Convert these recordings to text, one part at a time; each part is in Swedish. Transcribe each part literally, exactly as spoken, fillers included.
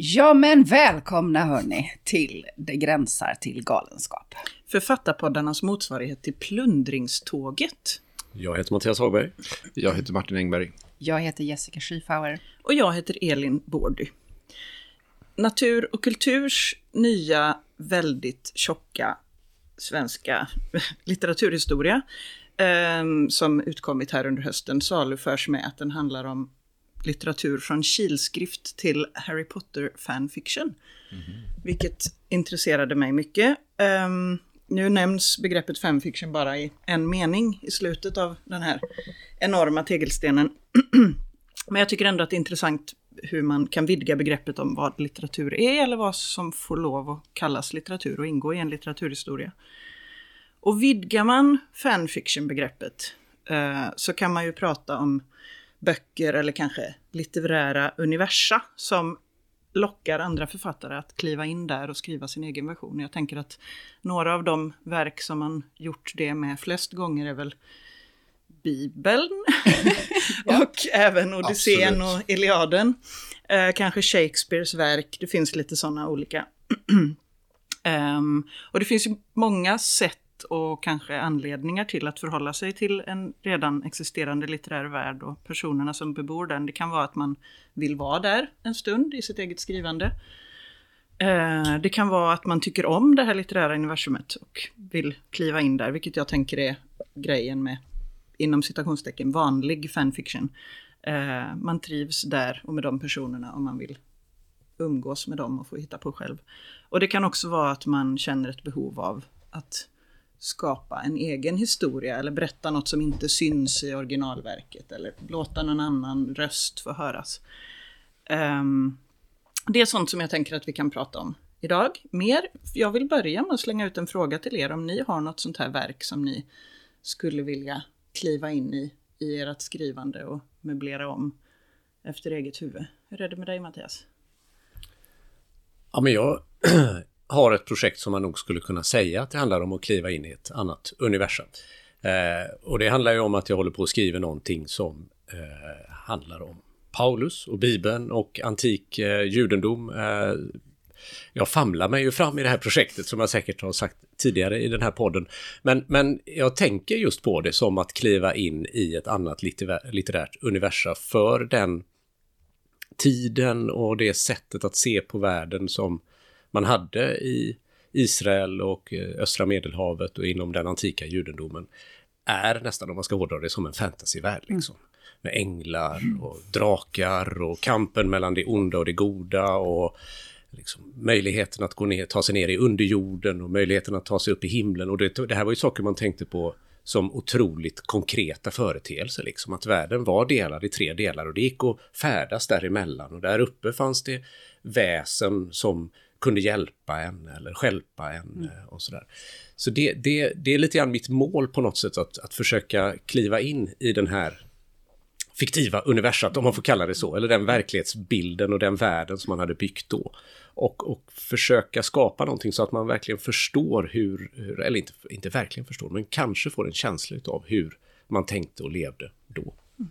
Ja men välkomna hörni till Det gränsar till galenskap. Författarpoddarnas motsvarighet till plundringståget. Jag heter Mattias Hagberg. Jag heter Martin Engberg. Jag heter Jessica Schiefauer. Och jag heter Elin Bårdy. Natur och kulturs nya, väldigt tjocka svenska litteraturhistoria eh, som utkommit här under hösten saluförs med att den handlar om litteratur från kilskrift till Harry Potter fanfiction. Mm-hmm. Vilket intresserade mig mycket. Um, nu nämns begreppet fanfiction bara i en mening i slutet av den här enorma tegelstenen. Men jag tycker ändå att det är intressant hur man kan vidga begreppet om vad litteratur är eller vad som får lov att kallas litteratur och ingå i en litteraturhistoria. Och vidgar man fanfiction-begreppet uh, så kan man ju prata om böcker eller kanske litterära universa som lockar andra författare att kliva in där och skriva sin egen version. Jag tänker att några av de verk som man gjort det med flest gånger är väl Bibeln ja. Och även Odysseen och Iliaden. Eh, kanske Shakespeares verk, det finns lite sådana olika. um, och det finns ju många sätt och kanske anledningar till att förhålla sig till en redan existerande litterär värld och personerna som bebor den. Det kan vara att man vill vara där en stund i sitt eget skrivande. Eh, det kan vara att man tycker om det här litterära universumet och vill kliva in där, vilket jag tänker är grejen med, inom citationstecken, vanlig fanfiction. Eh, man trivs där och med de personerna om man vill umgås med dem och få hitta på själv. Och det kan också vara att man känner ett behov av att skapa en egen historia eller berätta något som inte syns i originalverket eller låta någon annan röst få höras. Um, det är sånt som jag tänker att vi kan prata om idag. Mer, jag vill börja med att slänga ut en fråga till er om ni har något sånt här verk som ni skulle vilja kliva in i i ert skrivande och möblera om efter eget huvud. Hur är det med dig, Mattias? Ja, men jag har ett projekt som man nog skulle kunna säga att det handlar om att kliva in i ett annat universum. Eh, och det handlar ju om att jag håller på att skriva någonting som eh, handlar om Paulus och Bibeln och antik eh, judendom. Eh, jag famlar mig ju fram i det här projektet som jag säkert har sagt tidigare i den här podden. Men, men jag tänker just på det som att kliva in i ett annat litterär, litterärt universum för den tiden och det sättet att se på världen som man hade i Israel och östra Medelhavet och inom den antika judendomen är nästan, om man ska hårdra det, som en fantasyvärld liksom. Mm. Med änglar och drakar och kampen mellan det onda och det goda och liksom möjligheten att gå ner, ta sig ner i underjorden och möjligheten att ta sig upp i himlen. Och det, det här var ju saker man tänkte på som otroligt konkreta företeelser. Liksom. Att världen var delad i tre delar och det gick att färdas däremellan. Och där uppe fanns det väsen som kunde hjälpa en eller stjälpa en mm. och sådär. Så det, det, det är lite grann mitt mål på något sätt att, att försöka kliva in i den här fiktiva universat, om man får kalla det så, eller den verklighetsbilden och den världen som man hade byggt då. Och, och försöka skapa någonting så att man verkligen förstår hur, hur eller inte, inte verkligen förstår, men kanske får en känsla av hur man tänkte och levde då. Mm.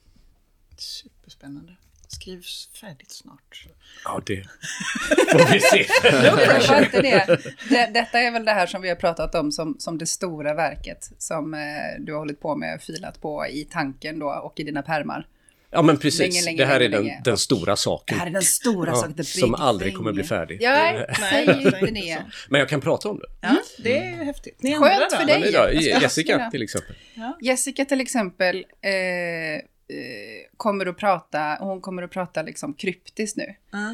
Superspännande. Skrivs färdigt snart. Ja, det får vi se. det inte det. Det, detta är väl det här som vi har pratat om som, som det stora verket som eh, du har hållit på med, filat på i tanken då och i dina pärmar. Ja, men precis. Länge, länge, det här länge, är den, länge. den stora saken. Det här är den stora ja, saken. som aldrig kommer bli färdig. Ja, säg inte det. Men jag kan prata om det. Ja, det är häftigt. Ni Skönt andra, för då? dig. Då, Jessica till exempel. Ja. Jessica till exempel eh, kommer att prata, hon kommer att prata liksom kryptiskt nu. Uh.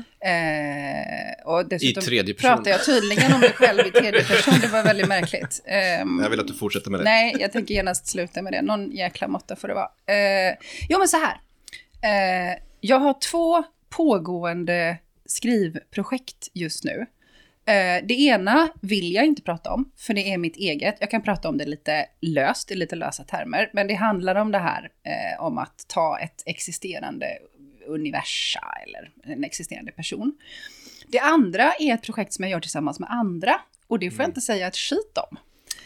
Eh, och dessutom I tredje person. pratar jag tydligen om mig själv i tredje person. Det var väldigt märkligt. Eh, jag vill att du fortsätter med det. Nej, jag tänker genast sluta med det. Någon jäkla måtta får det vara. Eh, jo, men så här. Eh, jag har två pågående skrivprojekt just nu. Eh, det ena vill jag inte prata om, för det är mitt eget. Jag kan prata om det lite löst, i lite lösa termer. Men det handlar om det här, eh, om att ta ett existerande universa eller en existerande person. Det andra är ett projekt som jag gör tillsammans med andra. Och det får jag inte säga ett skit om.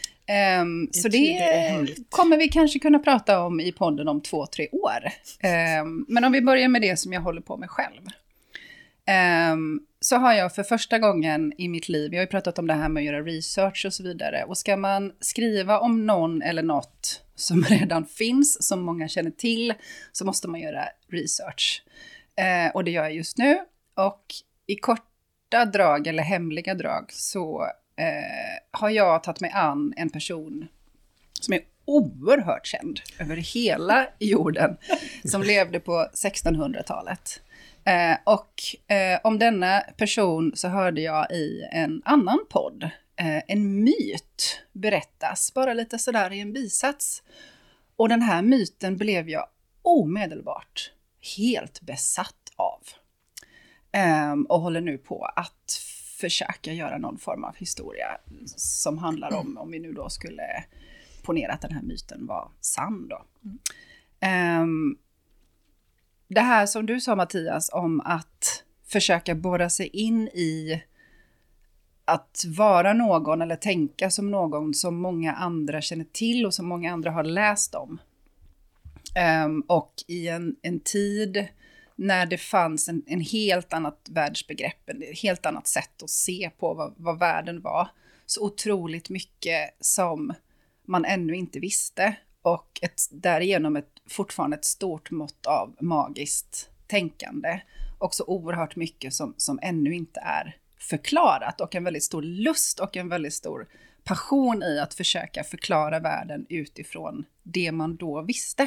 Um, så det, det kommer vi kanske kunna prata om i podden om två, tre år. Um, men om vi börjar med det som jag håller på med själv. Um, så har jag för första gången i mitt liv, jag har ju pratat om det här med att göra research och så vidare, och ska man skriva om någon eller något som redan finns, som många känner till, så måste man göra research. Eh, och det gör jag just nu, och i korta drag eller hemliga drag så eh, har jag tagit mig an en person som är oerhört känd över hela jorden, som levde på sextonhundratalet. Eh, och eh, om denna person så hörde jag i en annan podd eh, en myt berättas, bara lite sådär i en bisats. Och den här myten blev jag omedelbart helt besatt av. Eh, och håller nu på att försöka göra någon form av historia som handlar om, om vi nu då skulle ponera att den här myten var sann då. Mm. Um, det här som du sa, Mattias, om att försöka borra sig in i att vara någon eller tänka som någon som många andra känner till och som många andra har läst om. Um, och i en, en tid när det fanns en, en helt annat världsbegrepp, ett helt annat sätt att se på vad, vad världen var, så otroligt mycket som man ännu inte visste, och ett, därigenom ett, fortfarande ett stort mått av magiskt tänkande, och så oerhört mycket som, som ännu inte är förklarat, och en väldigt stor lust och en väldigt stor passion i att försöka förklara världen utifrån det man då visste.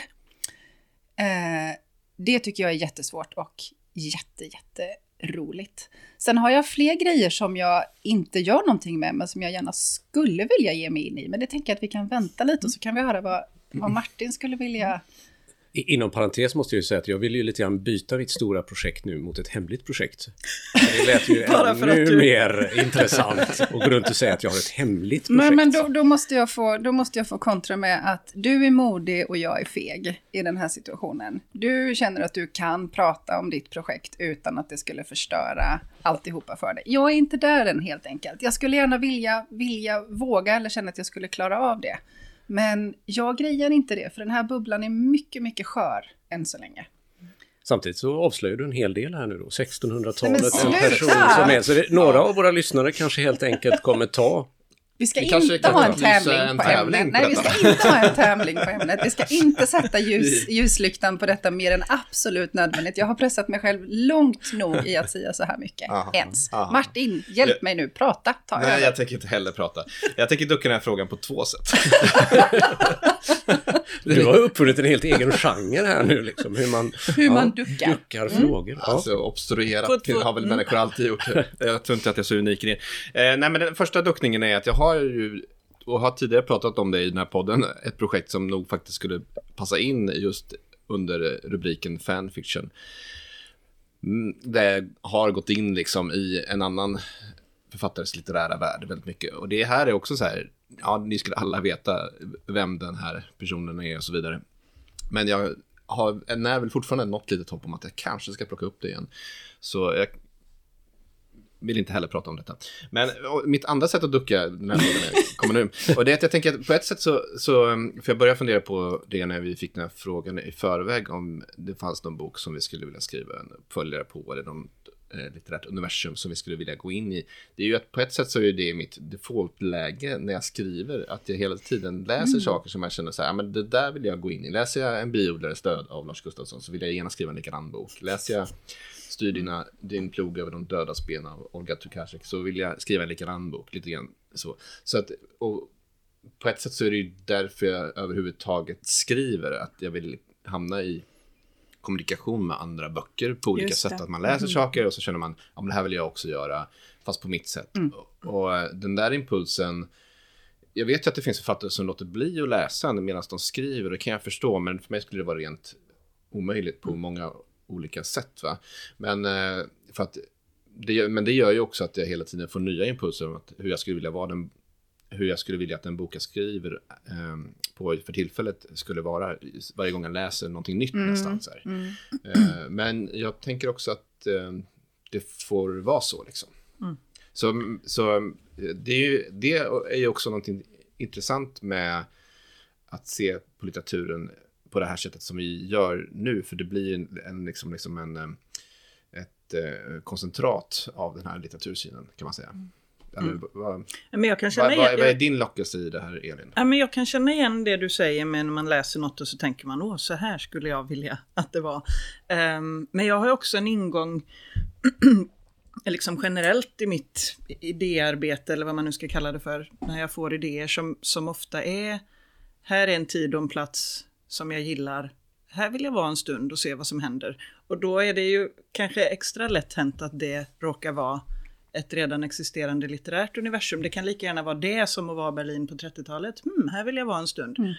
Eh, det tycker jag är jättesvårt och jätte, jätte roligt. Sen har jag fler grejer som jag inte gör någonting med, men som jag gärna skulle vilja ge mig in i. Men det tänker jag att vi kan vänta lite, och så kan vi höra vad, vad Martin skulle vilja. Inom parentes måste jag ju säga att jag vill ju lite grann byta mitt stora projekt nu mot ett hemligt projekt. Det lät ju ännu du... mer intressant och gå runt och säga att jag har ett hemligt projekt. Men, men då, då, måste jag få, då måste jag få kontra med att du är modig och jag är feg i den här situationen. Du känner att du kan prata om ditt projekt utan att det skulle förstöra alltihopa för dig. Jag är inte där än, helt enkelt. Jag skulle gärna vilja, vilja våga eller känna att jag skulle klara av det. Men jag grejer inte det, för den här bubblan är mycket, mycket skör än så länge. Samtidigt så avslöjar du en hel del här nu då. sextonhundratalet, en person som är. Så det, några av våra lyssnare kanske helt enkelt kommer ta... Vi ska vi inte ha en tävling en på tävling ämnet. På Nej, vi ska inte ha en tävling på ämnet. Vi ska inte sätta ljus, ljuslyktan på detta mer än absolut nödvändigt. Jag har pressat mig själv långt nog i att säga så här mycket. Aha, ens. Aha. Martin, hjälp jag, mig nu. Prata. Ta nej, över. Jag tänker inte heller prata. Jag tänker ducka den här frågan på två sätt. Du har uppfunnit en helt egen genre här nu, liksom. Hur man, hur man ja, duckar. duckar mm. frågor. Ja. Alltså, obstruerat till har väl människor alltid gjort. Jag tror inte att jag är så unik i det. Eh, nej, men den första duckningen är att jag har ju, och har tidigare pratat om det i den här podden, ett projekt som nog faktiskt skulle passa in just under rubriken fanfiction. Det har gått in liksom i en annan författares litterära värld väldigt mycket. Och det här är också så här, ja, ni skulle alla veta vem den här personen är och så vidare. Men jag har, när väl fortfarande något litet hopp om att jag kanske ska plocka upp det igen. Så jag vill inte heller prata om detta. Men mitt andra sätt att ducka den här frågan kommer nu. Och det är att jag tänker att på ett sätt så, så, för jag började fundera på det när vi fick den här frågan i förväg, om det fanns någon bok som vi skulle vilja skriva en uppföljare på, eller någon eh, litterärt universum som vi skulle vilja gå in i. Det är ju att på ett sätt så är det mitt defaultläge när jag skriver, att jag hela tiden läser mm. saker som jag känner så här, men det där vill jag gå in i. Läser jag En biodlares död av Lars Gustafsson, så vill jag gärna skriva en likadan bok. Läser jag Styr dina, din plog över de dödas ben av Olga Tokarczuk, så vill jag skriva en likadan bok, lite grann så. Så att, och på ett sätt så är det ju därför jag överhuvudtaget skriver, att jag vill hamna i kommunikation med andra böcker på olika sätt, att man läser mm. saker och så känner man, ja, men det här vill jag också göra, fast på mitt sätt. Mm. Och, och den där impulsen, jag vet ju att det finns författare som låter bli att läsa medan de skriver, det kan jag förstå, men för mig skulle det vara rent omöjligt på mm. många olika sätt, va? Men eh, för att det, men det gör ju också att jag hela tiden får nya impulser om att hur jag skulle vilja vara den, hur jag skulle vilja att den bok jag skriver eh, på för tillfället skulle vara varje gång jag läser någonting nytt mm. nästan så här. Mm. Eh, men jag tänker också att eh, det får vara så liksom. Mm. Så, så det är ju, det är ju också någonting intressant med att se på litteraturen på det här sättet som vi gör nu, för det blir en, en, liksom, liksom en, ett, ett eh, koncentrat av den här litteratursynen, kan man säga. Mm. Eller, vad, men jag kan känna vad, igen, vad, vad är din lockelse i det här, Elin? Ja, men jag kan känna igen det du säger, men när man läser något och så tänker man, åh, så här skulle jag vilja att det var. Um, men jag har också en ingång liksom generellt i mitt idéarbete, eller vad man nu ska kalla det för, när jag får idéer som, som ofta är, här är en tid och en plats som jag gillar, här vill jag vara en stund och se vad som händer. Och då är det ju kanske extra lätt hänt att det råkar vara ett redan existerande litterärt universum. Det kan lika gärna vara det som att vara Berlin på trettiotalet. Hmm, här vill jag vara en stund. Mm.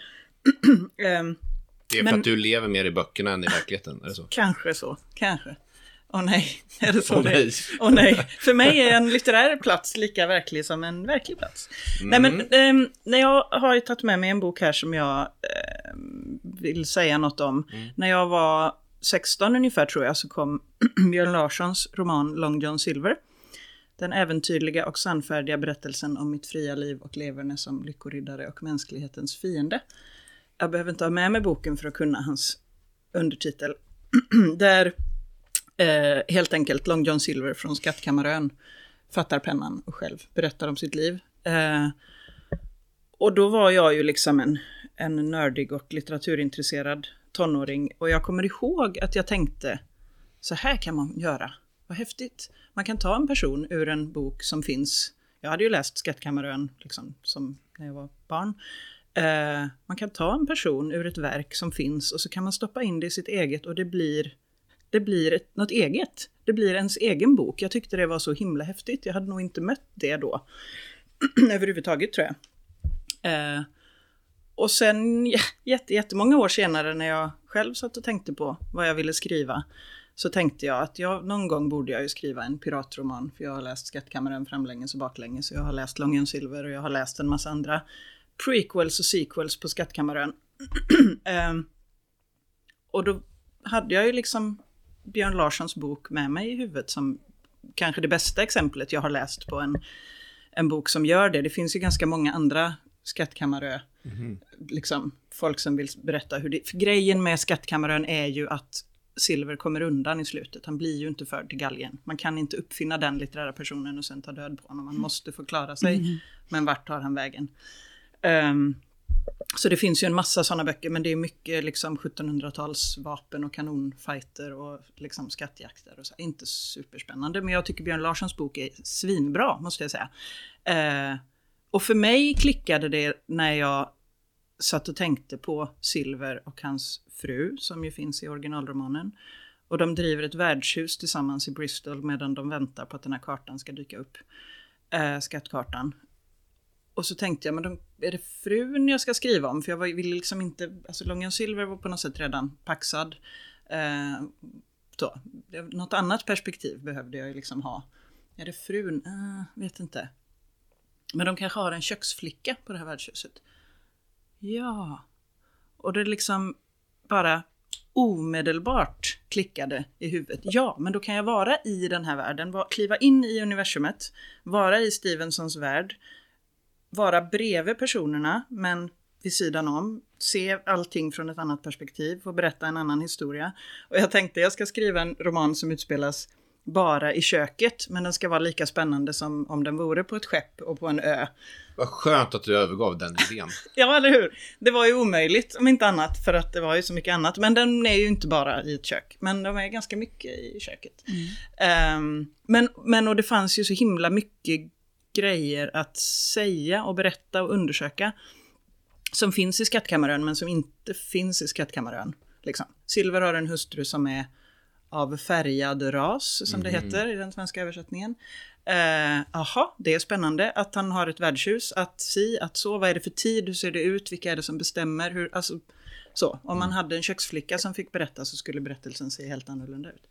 um, det är för men, att du lever mer i böckerna än i verkligheten, är det så? Kanske så, kanske. Åh nej, är det så? Åh nej. Åh nej. För mig är en litterär plats lika verklig som en verklig plats. Mm. Nej, men um, när jag har ju tagit med mig en bok här som jag uh, vill säga något om. Mm. När jag var sexton ungefär tror jag så kom Björn Larssons roman Long John Silver. Den äventyrliga och sannfärdiga berättelsen om mitt fria liv och leverne som lyckoriddare och mänsklighetens fiende. Jag behöver inte ha med mig boken för att kunna hans undertitel. Där eh, helt enkelt Long John Silver från Skattkammarön fattar pennan och själv berättar om sitt liv. Eh, och då var jag ju liksom en, en nördig och litteraturintresserad tonåring. Och jag kommer ihåg att jag tänkte, så här kan man göra. Vad häftigt. Man kan ta en person ur en bok som finns. Jag hade ju läst Skattkammarön liksom, som när jag var barn. Eh, man kan ta en person ur ett verk som finns och så kan man stoppa in det i sitt eget och det blir, det blir ett, något eget. Det blir ens egen bok. Jag tyckte det var så himla häftigt. Jag hade nog inte mött det då. Överhuvudtaget tror jag. Eh, och sen jätte, jättemånga år senare när jag själv satt och tänkte på vad jag ville skriva. Så tänkte jag att jag, någon gång borde jag ju skriva en piratroman. För jag har läst Skattkammarön framlänges och baklänges. Så jag har läst Long John Silver och jag har läst en massa andra prequels och sequels på Skattkammarön. um, och då hade jag ju liksom Björn Larssons bok med mig i huvudet. Som kanske det bästa exemplet jag har läst på en, en bok som gör det. Det finns ju ganska många andra Skattkammarö. Mm-hmm. Liksom, folk som vill berätta hur det... För grejen med Skattkammarön är ju att Silver kommer undan i slutet. Han blir ju inte förd till galgen. Man kan inte uppfinna den litterära personen och sen ta död på honom. Man måste få klara sig. Mm. Men vart tar han vägen? Um, så det finns ju en massa sådana böcker. Men det är mycket liksom sjuttonhundratals vapen och kanonfighter och liksom skattjakter. Och så. Inte superspännande. Men jag tycker Björn Larssons bok är svinbra, måste jag säga. Uh, och för mig klickade det när jag satt och tänkte på Silver och hans fru som ju finns i originalromanen. Och de driver ett värdshus tillsammans i Bristol medan de väntar på att den här kartan ska dyka upp. Äh, skattkartan. Och så tänkte jag, men de, är det frun jag ska skriva om? För jag ville liksom inte, alltså Long John Silver var på något sätt redan paxad. Äh, så. Något annat perspektiv behövde jag ju liksom ha. Är det frun? Äh, vet inte. Men de kanske har en köksflicka på det här värdshuset. Ja, och det liksom bara omedelbart klickade i huvudet. Ja, men då kan jag vara i den här världen, kliva in i universumet, vara i Stevensons värld, vara bredvid personerna, men vid sidan om, se allting från ett annat perspektiv, få berätta en annan historia. Och jag tänkte jag ska skriva en roman som utspelas bara i köket, men den ska vara lika spännande som om den vore på ett skepp och på en ö. Vad skönt att du övergav den idén. Ja, eller hur? Det var ju omöjligt, om inte annat, för att det var ju så mycket annat. Men den är ju inte bara i ett kök, men de är ganska mycket i köket. Mm. Um, men, men och det fanns ju så himla mycket grejer att säga och berätta och undersöka som finns i Skattkammarön, men som inte finns i Skattkammarön. Liksom. Silver har en hustru som är av färgad ras, som mm. det heter i den svenska översättningen. Jaha, uh, det är spännande att han har ett värdshus, att si, att så, vad är det för tid, hur ser det ut, vilka är det som bestämmer, hur, alltså, så. Om man hade en köksflicka som fick berätta så skulle berättelsen se helt annorlunda ut.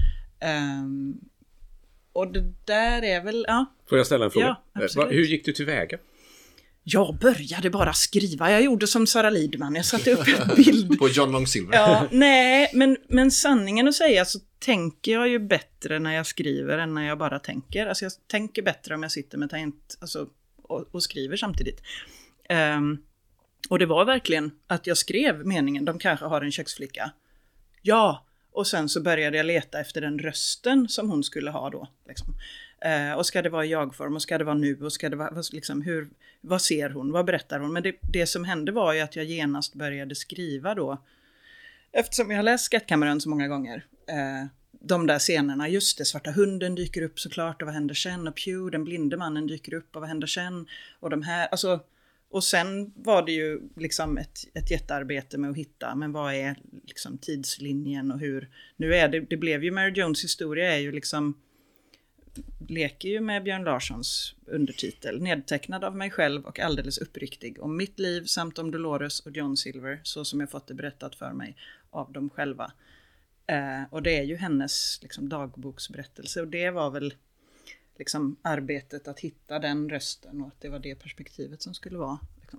Um, och det där är väl, ja. Får jag ställa en fråga? Ja, hur gick du tillväga? Jag började bara skriva. Jag gjorde som Sara Lidman. Jag satte upp en bild. På John Long Silver. Ja, nej, men, men sanningen att säga så tänker jag ju bättre när jag skriver än när jag bara tänker. Alltså jag tänker bättre om jag sitter med tangent, alltså, och, och skriver samtidigt. Um, och det var verkligen att jag skrev meningen. De kanske har en köksflicka. Ja, Och sen så började jag leta efter den rösten som hon skulle ha då. Liksom. Eh, och ska det vara i jag-form och ska det vara nu och ska det vara, liksom, hur, vad ser hon, vad berättar hon? Men det, det som hände var ju att jag genast började skriva då. Eftersom jag har läst Skattkammaren så många gånger. Eh, de där scenerna, just det, svarta hunden dyker upp såklart och vad händer sen? Och Pew, den blinde mannen dyker upp och vad händer sen? Och de här, alltså... Och sen var det ju liksom ett, ett jättearbete med att hitta, men vad är liksom tidslinjen och hur, nu är det, det blev ju Mary Jones historia är ju liksom, leker ju med Björn Larssons undertitel, nedtecknad av mig själv och alldeles uppriktig, om mitt liv samt om Dolores och John Silver, så som jag fått det berättat för mig av dem själva. Eh, och det är ju hennes liksom dagboksberättelse, och det var väl liksom arbetet att hitta den rösten och att det var det perspektivet som skulle vara. Liksom.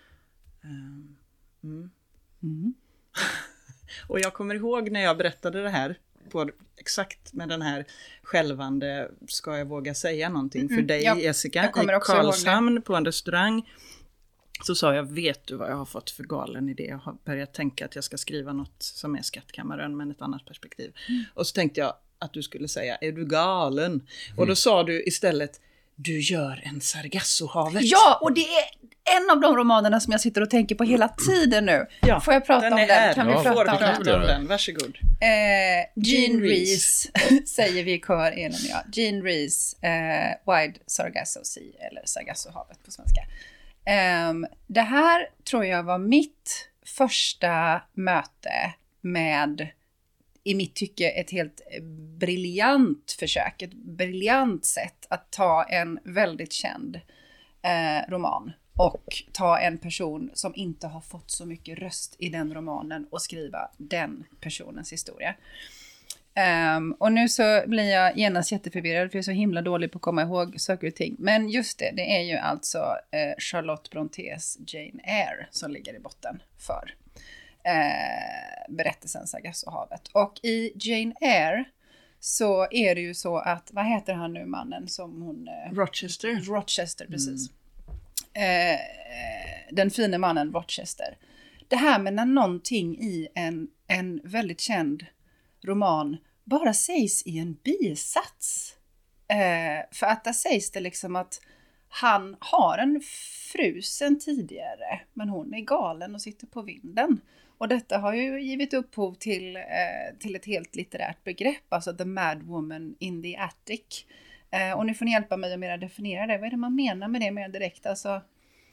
Um, mm. Mm. Och jag kommer ihåg när jag berättade det här på, exakt med den här självande, ska jag våga säga någonting för mm. dig, ja, Jessica, i Karlshamn på en restaurang. Så sa jag, vet du vad jag har fått för galen idé? Jag har börjat tänka att jag ska skriva något som är Skattkammaren, men ett annat perspektiv. Mm. Och så tänkte jag att du skulle säga, är du galen? Mm. Och då sa du istället, du gör en Sargassohavet. Ja, och det är en av de romanerna som jag sitter och tänker på hela tiden nu. Ja, får jag prata den om är den? Här. Kan ja, vi prata, vi om, prata den? om den? Varsågod. Eh, Jean Rees, säger vi i kör, Elin och jag. Jean Rees, eh, Wide Sargasso Sea, eller Sargassohavet på svenska. Eh, det här tror jag var mitt första möte med, i mitt tycke, ett helt briljant försök, ett briljant sätt att ta en väldigt känd eh, roman och ta en person som inte har fått så mycket röst i den romanen och skriva den personens historia. Um, och nu så blir jag genast jätteförvirrad för jag är så himla dålig på att komma ihåg saker och ting. Men just det, det är ju alltså eh, Charlotte Brontes Jane Eyre som ligger i botten för Eh, berättelsen Sargassohavet. Och i Jane Eyre så är det ju så att, vad heter han nu, mannen som hon... Eh, Rochester. Rochester, precis. Mm. Eh, den fina mannen Rochester. Det här med när någonting i en, en väldigt känd roman bara sägs i en bisats. Eh, för att där sägs det liksom att han har en fru sen tidigare, men hon är galen och sitter på vinden. Och detta har ju givit upphov till, eh, till ett helt litterärt begrepp, alltså the mad woman in the attic. Eh, och nu får ni hjälpa mig att mer definiera det. Vad är det man menar med det mer direkt? Alltså,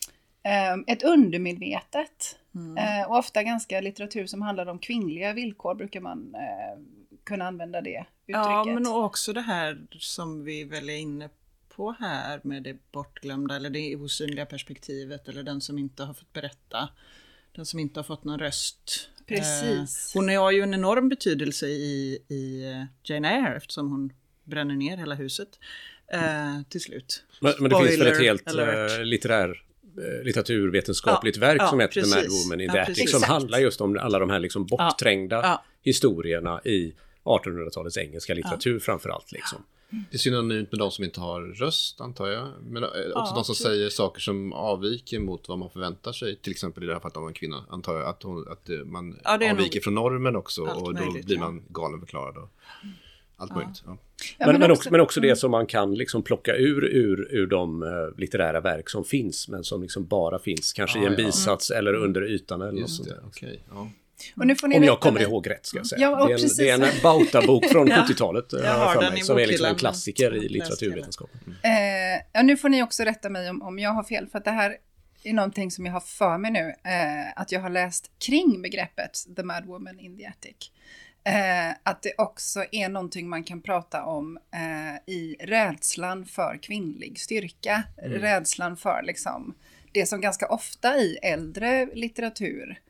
eh, ett undermedvetet mm. eh, och ofta ganska litteratur som handlar om kvinnliga villkor brukar man eh, kunna använda det uttrycket. Ja, men också det här som vi väl är inne på här med det bortglömda eller det osynliga perspektivet eller den som inte har fått berätta. Den som inte har fått någon röst. Precis. Eh, hon har ju en enorm betydelse i, i Jane Eyre eftersom hon bränner ner hela huset eh, till slut. Men, men det finns väl ett helt äh, litterär, äh, litteraturvetenskapligt ja, verk ja, som heter The Mad Woman in the Attic som handlar just om alla de här liksom bortträngda ja, ja. historierna i artonhundratalets engelska litteratur ja. framförallt liksom. Det är synonymt med de som inte har röst, antar jag. Men också ja, de som så... säger saker som avviker mot vad man förväntar sig. Till exempel i det här fallet om en kvinna. Antar jag att, hon, att man ja, avviker från normen också. Och då möjligt, blir man galen förklarad. Och allt ja. möjligt. Ja. Ja, men, men, också, men också det som man kan liksom plocka ur, ur, ur de uh, litterära verk som finns. Men som liksom bara finns kanske ja, i en bisats ja. eller under ytan. Eller något sånt där. Okay, ja. Och nu får ni Om jag kommer ihåg rätt ska jag säga. Ja, det, är en, det är en Bauta-bok från ja. sjuttiotalet för mig, som är liksom en klassiker i litteraturvetenskapen. Mm. Eh, ja, nu får ni också rätta mig om, om jag har fel, för att det här är någonting som jag har för mig nu. Eh, att jag har läst kring begreppet The Mad Woman in the Attic. Eh, att det också är någonting man kan prata om eh, i rädslan för kvinnlig styrka. Mm. Rädslan för liksom, det som ganska ofta i äldre litteratur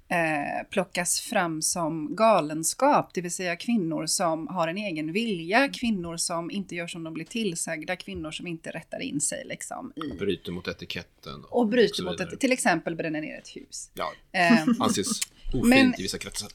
Eh, plockas fram som galenskap, det vill säga kvinnor som har en egen vilja, kvinnor som inte gör som de blir tillsagda, kvinnor som inte rättar in sig liksom i... Bryter mot etiketten. Och, och bryter mot ett, till exempel bränner ner ett hus. Ja, eh, anses ofint men, i vissa kretsar.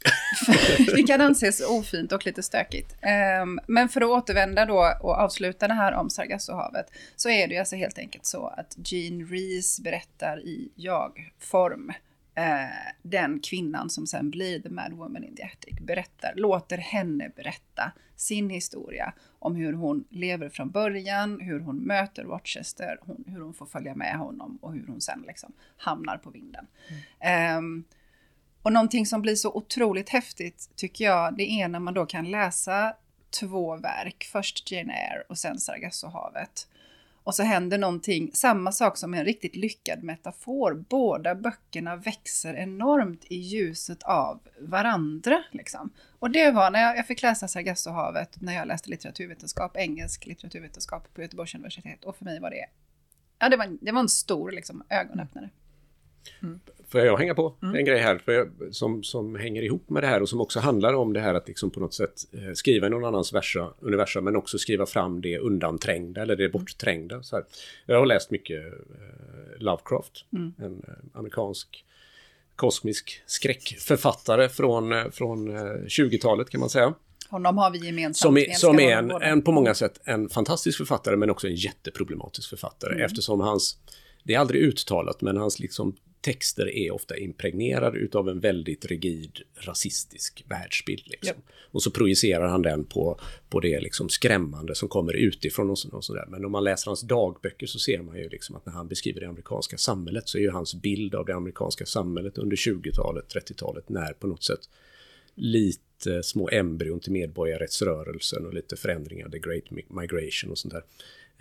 Det kan anses ofint och lite stökigt. Eh, men för att återvända då och avsluta det här om Sargassohavet så är det alltså helt enkelt så att Jean Rees berättar i jag-form eh, den kvinnan som sen blir the mad woman in the attic berättar, låter henne berätta sin historia om hur hon lever från början, hur hon möter Rochester, hon, hur hon får följa med honom och hur hon sen liksom hamnar på vinden. Mm. Um, och någonting som blir så otroligt häftigt tycker jag, det är när man då kan läsa två verk, först Jane Eyre och sen Sargassohavet. Och så händer någonting, samma sak som en riktigt lyckad metafor. Båda böckerna växer enormt i ljuset av varandra. Liksom. Och det var när jag, jag fick läsa Sargassohavet när jag läste litteraturvetenskap, engelsk litteraturvetenskap på Göteborgs universitet. Och för mig var det, ja, det, var, det var en stor liksom, ögonöppnare. Mm. Får jag hänga på mm. en grej här för jag, som, som hänger ihop med det här och som också handlar om det här att liksom på något sätt eh, skriva i någon annans versa, universum men också skriva fram det undanträngda eller det bortträngda. Så här. Jag har läst mycket eh, Lovecraft, mm. en eh, amerikansk kosmisk skräckförfattare från, eh, från eh, tjugotalet kan man säga. Honom har vi gemensamt. Som är, som är en, en på många sätt en fantastisk författare men också en jätteproblematisk författare mm. eftersom hans, det är aldrig uttalat men hans liksom texter är ofta impregnerade utav en väldigt rigid rasistisk världsbild. Liksom. Yep. Och så projicerar han den på, på det liksom skrämmande som kommer utifrån. Och så, och så där. Men om man läser hans dagböcker så ser man ju liksom att när han beskriver det amerikanska samhället så är ju hans bild av det amerikanska samhället under tjugotalet, trettiotalet när på något sätt lite små embryon till medborgarrättsrörelsen och lite förändringar, the great migration och sånt där.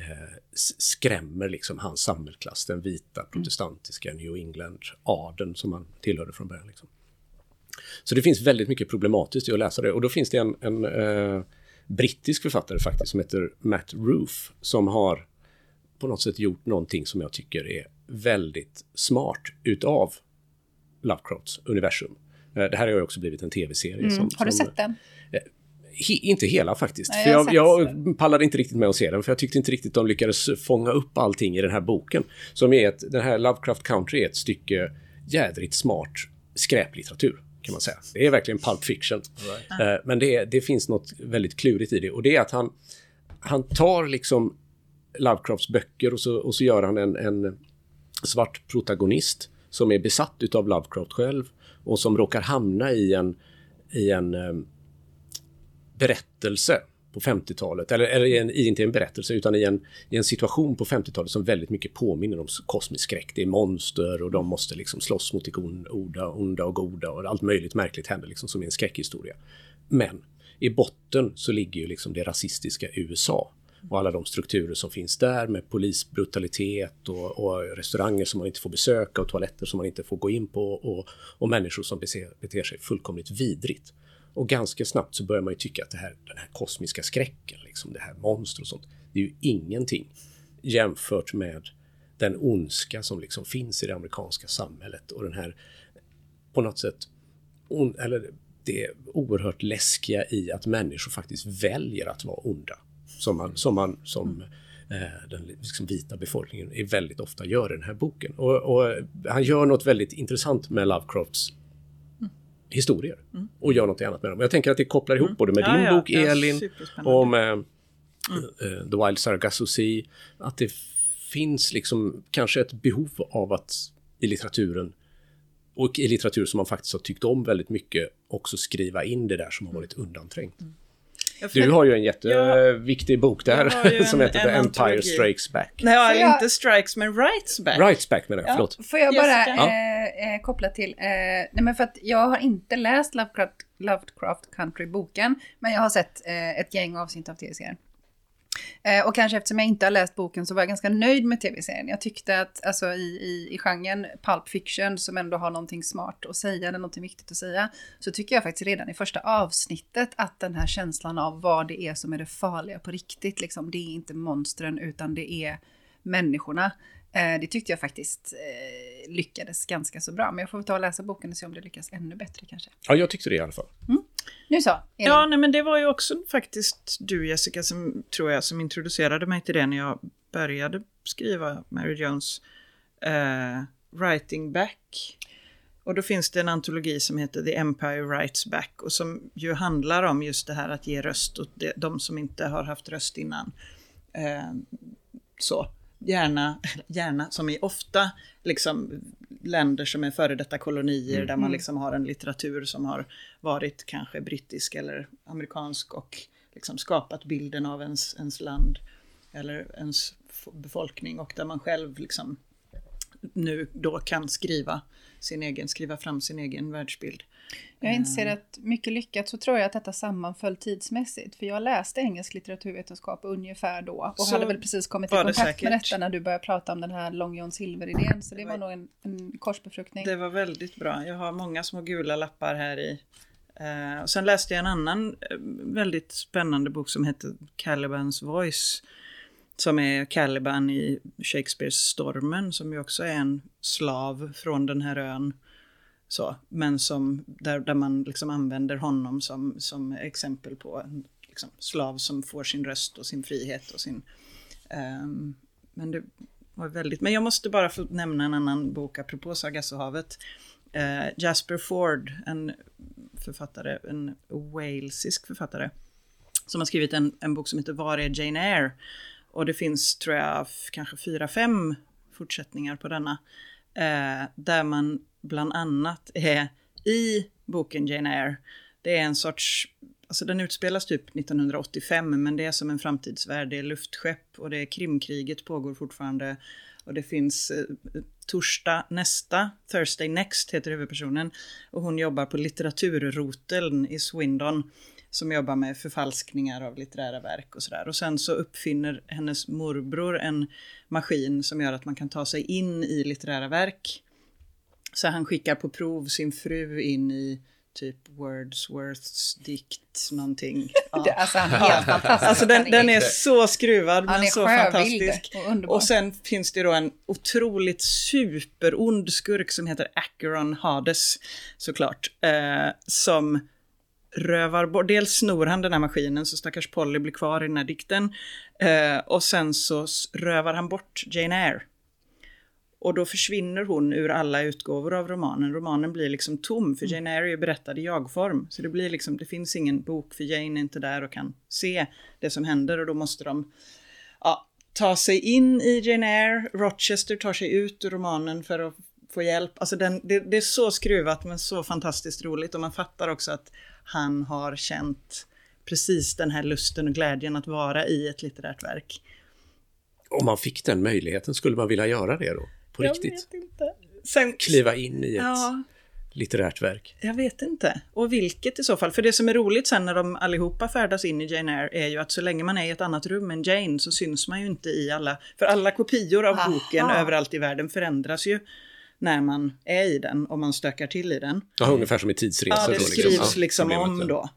Skrämmer liksom hans samhällsklass, den vita protestantiska New England-adeln som han tillhörde från början. Liksom. Så det finns väldigt mycket problematiskt i att läsa det. Och då finns det en, en eh, brittisk författare faktiskt som heter Matt Ruff som har på något sätt gjort någonting som jag tycker är väldigt smart utav Lovecrafts universum. Eh, det här har ju också blivit en tv-serie. Mm. Som, har du som, sett den? Eh, He, inte hela faktiskt. Nej, för jag, jag, jag pallade inte riktigt med att se den. För jag tyckte inte riktigt de lyckades fånga upp allting i den här boken. Som är ett, den här Lovecraft Country är ett stycke jädrigt smart skräplitteratur kan man säga. Det är verkligen pulp fiction. Right. Uh, men det, det finns något väldigt klurigt i det. Och det är att han, han tar liksom Lovecrafts böcker och så, och så gör han en, en svart protagonist som är besatt utav Lovecraft själv. Och som råkar hamna i en... I en um, berättelse på femtiotalet eller, eller i en, inte en berättelse utan i en, i en situation på femtiotalet som väldigt mycket påminner om kosmisk skräck. Det är monster och de måste liksom slåss mot det onda, onda och goda och allt möjligt märkligt händer liksom som i en skräckhistoria. Men i botten så ligger ju liksom det rasistiska U S A och alla de strukturer som finns där med polisbrutalitet och, och restauranger som man inte får besöka och toaletter som man inte får gå in på och, och människor som beter, beter sig fullkomligt vidrigt. Och ganska snabbt så börjar man ju tycka att det här, den här kosmiska skräcken, liksom det här monster och sånt, det är ju ingenting jämfört med den ondska som liksom finns i det amerikanska samhället och den här på något sätt on, eller det oerhört läskiga i att människor faktiskt väljer att vara onda som man som, man, som eh, den liksom vita befolkningen är väldigt ofta gör i den här boken. Och, och han gör något väldigt intressant med Lovecrafts historier mm. och gör något annat med dem. Jag tänker att det kopplar ihop mm. både med ja, din ja, bok Elin och med mm. uh, The Wild Sargasso Sea, att det finns liksom kanske ett behov av att i litteraturen och i litteratur som man faktiskt har tyckt om väldigt mycket också skriva in det där som har varit undanträngt. Mm. Du har ju en jätteviktig ja, bok där som heter The Empire antologi. Strikes Back. Nej, jag... inte Strikes men Writes Back. Writes Back menar jag, ja. förlåt. Får jag bara äh, äh, koppla till, äh, nej men för att jag har inte läst Lovecraft, Lovecraft Country-boken, men jag har sett äh, ett gäng avsnitt av tv-serien. Eh, och kanske eftersom jag inte har läst boken så var jag ganska nöjd med tv-serien. Jag tyckte att alltså, i, i, i genren pulp fiction som ändå har någonting smart att säga eller någonting viktigt att säga, så tycker jag faktiskt redan i första avsnittet att den här känslan av vad det är som är det farliga på riktigt, liksom, det är inte monstren utan det är människorna. Eh, det tyckte jag faktiskt eh, lyckades ganska så bra. Men jag får ta och läsa boken och se om det lyckas ännu bättre kanske. Ja, jag tyckte det i alla fall. Mm. Nu så. Elin. Ja, nej, men det var ju också faktiskt du, Jessica, som tror jag som introducerade mig till det när jag började skriva Mary Jones uh, Writing Back. Och då finns det en antologi som heter The Empire Writes Back och som ju handlar om just det här att ge röst åt de, de som inte har haft röst innan. Uh, så. Gärna, gärna, som är ofta liksom länder som är före detta kolonier Mm. där man liksom har en litteratur som har varit kanske brittisk eller amerikansk och liksom skapat bilden av ens, ens land eller ens befolkning, och där man själv liksom nu då kan skriva sin egen, skriva fram sin egen världsbild. Jag inser att mycket lyckat så tror jag att detta sammanföll tidsmässigt. För jag läste engelsk litteraturvetenskap ungefär då. Och Så hade väl precis kommit i var det kontakt säkert. med detta när du började prata om den här Long John Silver-idén. Så det, Det var var- nog en, en korsbefruktning. Det var väldigt bra. Jag har många små gula lappar här i. Eh, och sen läste jag en annan eh, väldigt spännande bok som heter Caliban's Voice. Som är Caliban i Shakespeares Stormen, som ju också är en slav från den här ön. Så, men som, där, där man liksom använder honom som, som exempel på en liksom, slav som får sin röst och sin frihet. Och sin, ehm, men det var väldigt... Men jag måste bara få nämna en annan bok apropå Sargassohavet. Eh, Jasper Fforde, en författare, en walesisk författare, som har skrivit en, en bok som heter Var är Jane Eyre? Och det finns, tror jag, f- kanske fyra, fem fortsättningar på denna. Eh, där man bland annat är i boken Jane Eyre. Det är en sorts, alltså den utspelas typ nittonhundraåttiofem, men det är som en framtidsvärld. Det är luftskepp och det är Krimkriget pågår fortfarande. Och det finns eh, torsdag nästa, Thursday Next heter huvudpersonen. Och hon jobbar på litteraturroteln i Swindon, som jobbar med förfalskningar av litterära verk och sådär. Och sen så uppfinner hennes morbror en maskin som gör att man kan ta sig in i litterära verk. Så han skickar på prov sin fru in i typ Wordsworths dikt, någonting. Ja. Det, alltså han är helt fantastisk. Alltså den, Han den är så skruvad, han men är så sjövild fantastisk. och underbar. Och sen finns det då en otroligt superond skurk som heter Acheron Hades, såklart. Eh, som rövar bort, dels snor han den här maskinen så stackars Polly blir kvar i den här dikten. Eh, och sen så s- rövar han bort Jane Eyre. Och då försvinner hon ur alla utgåvor av romanen. Romanen blir liksom tom, för Jane Eyre är ju berättad i jag-form. Så det blir liksom, det finns ingen bok, för Jane är inte där och kan se det som händer. Och då måste de ja, ta sig in i Jane Eyre. Rochester tar sig ut ur romanen för att få hjälp. Alltså den, det, det är så skruvat men så fantastiskt roligt. Och man fattar också att han har känt precis den här lusten och glädjen att vara i ett litterärt verk. Om man fick den möjligheten, skulle man vilja göra det då? På Jag riktigt? vet inte. Sen, Kliva in i ett ja, litterärt verk. jag vet inte. Och vilket i så fall. För det som är roligt sen när de allihopa färdas in i Jane Eyre är ju att så länge man är i ett annat rum än Jane så syns man ju inte i alla. För alla kopior av Aha. boken överallt i världen förändras ju när man är i den och man stökar till i den. Ja, ungefär som i tidsresor. Ja, det då, skrivs Ja, liksom problemet om är- då.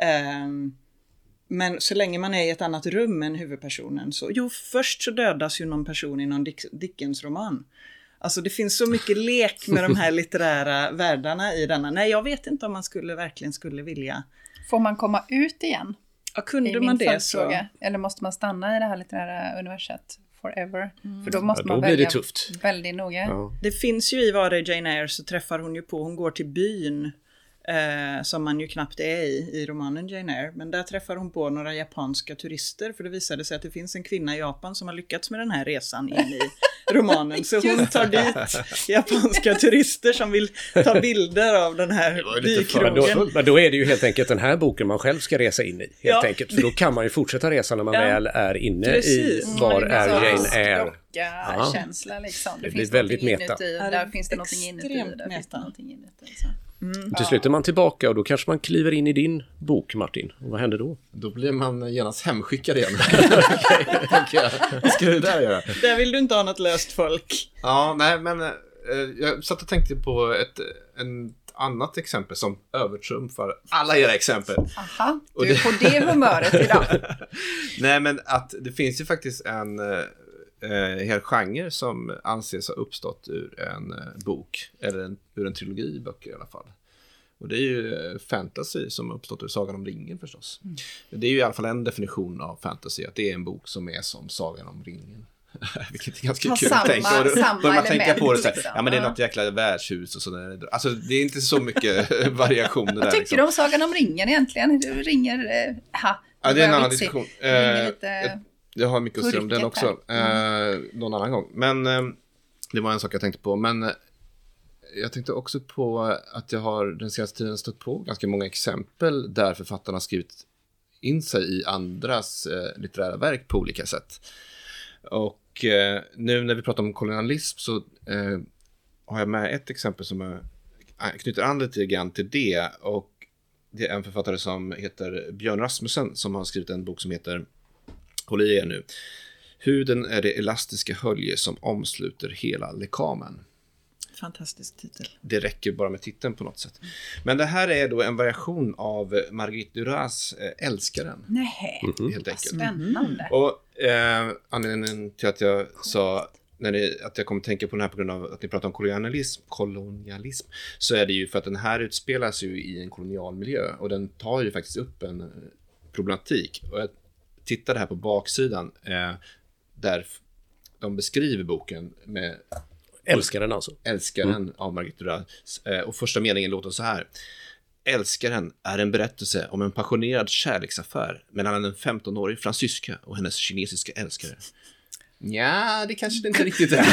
Ehm, men så länge man är i ett annat rum än huvudpersonen så... Jo, först så dödas ju någon person i någon Dick, Dickens-roman. Alltså det finns så mycket lek med de här litterära världarna i denna. Nej, jag vet inte om man skulle verkligen skulle vilja... Får man komma ut igen? Ja, Det kunde är man min det så... följdfråga. Eller måste man stanna i det här litterära universet forever? För då måste Ja, då man blir det välja tufft. väldigt noga. Ja. Det finns ju i Var är Jane Eyre så träffar hon ju på, hon går till byn eh, som man ju knappt är i i romanen Jane Eyre. Men där träffar hon på några japanska turister, för det visade sig att det finns en kvinna i Japan som har lyckats med den här resan in i romanen. Så hon tar dit japanska turister som vill ta bilder av den här var ju lite för- Men bykrogen. då, men då är det ju helt enkelt den här boken man själv ska resa in i. Helt Ja. enkelt. För då kan man ju fortsätta resa när man Ja. väl är inne Precis. i Var Mm, är det blir Jane så Eyre. Ja. känsla liksom. Det, Det finns blir väldigt någonting meta. inuti, Ja, det där är finns det någonting inuti, extremt där finns det meta. någonting inuti. Så. Till slut är man tillbaka och då kanske man kliver in i din bok, Martin. Och vad händer då? Då blir man genast hemskickad igen. Okej, tänker jag. Vad ska du där göra? Där vill du inte ha något löst folk. Ja, nej, men eh, jag satt och tänkte på ett en annat exempel som övertrumfar alla era exempel. Aha, Och du är på det humöret idag. Nej, men att det finns ju faktiskt en eh, hel genre som anses ha uppstått ur en eh, bok, eller en, ur en trilogi böcker i alla fall. Och det är ju eh, fantasy som har uppstått ur Sagan om ringen förstås. Mm. Det är ju i alla fall en definition av fantasy, att det är en bok som är som Sagan om ringen. Vilket är ganska Har kul samma- att tänka. Och då samma börjar man tänka element, på det så här, liksom. ja men det är Ja. något jäkla värdshus och sådär. Alltså det är inte så mycket variationer där. Vad tycker liksom. du om Sagan om ringen egentligen? Du ringer... Eh, ha, Ja, det är en börjar annan vitsig. diskussion. Ringer Eh, lite... jag, jag har mycket att säga om den purket också. Eh, någon annan gång. Men eh, det var en sak jag tänkte på. Men eh, jag tänkte också på att jag har den senaste tiden stött på ganska många exempel där författarna har skrivit in sig i andras eh, litterära verk på olika sätt. Och eh, nu när vi pratar om kolonialism så eh, har jag med ett exempel som jag knyter an lite grann till det. Och det är en författare som heter Björn Rasmussen som har skrivit en bok som heter, håll i er nu, Huden är det elastiska hölje som omsluter hela lekamen. Fantastisk titel. Det räcker bara med titeln på något sätt. Men det här är då en variation av Marguerite Duras Älskaren. Nej, mm-hmm. helt enkelt. Spännande. Och eh, anledningen till att jag sa när ni, att jag kommer tänka på den här på grund av att ni pratar om kolonialism, kolonialism så är det ju för att den här utspelas ju i en kolonial miljö och den tar ju faktiskt upp en problematik. Och jag tittade här på baksidan eh, där de beskriver boken med Älskaren alltså. Älskaren mm. av Marguerite Duras. Och första meningen låter så här. Älskaren är en berättelse om en passionerad kärleksaffär mellan en femtonårig fransyska och hennes kinesiska älskare. Ja, det kanske inte riktigt är.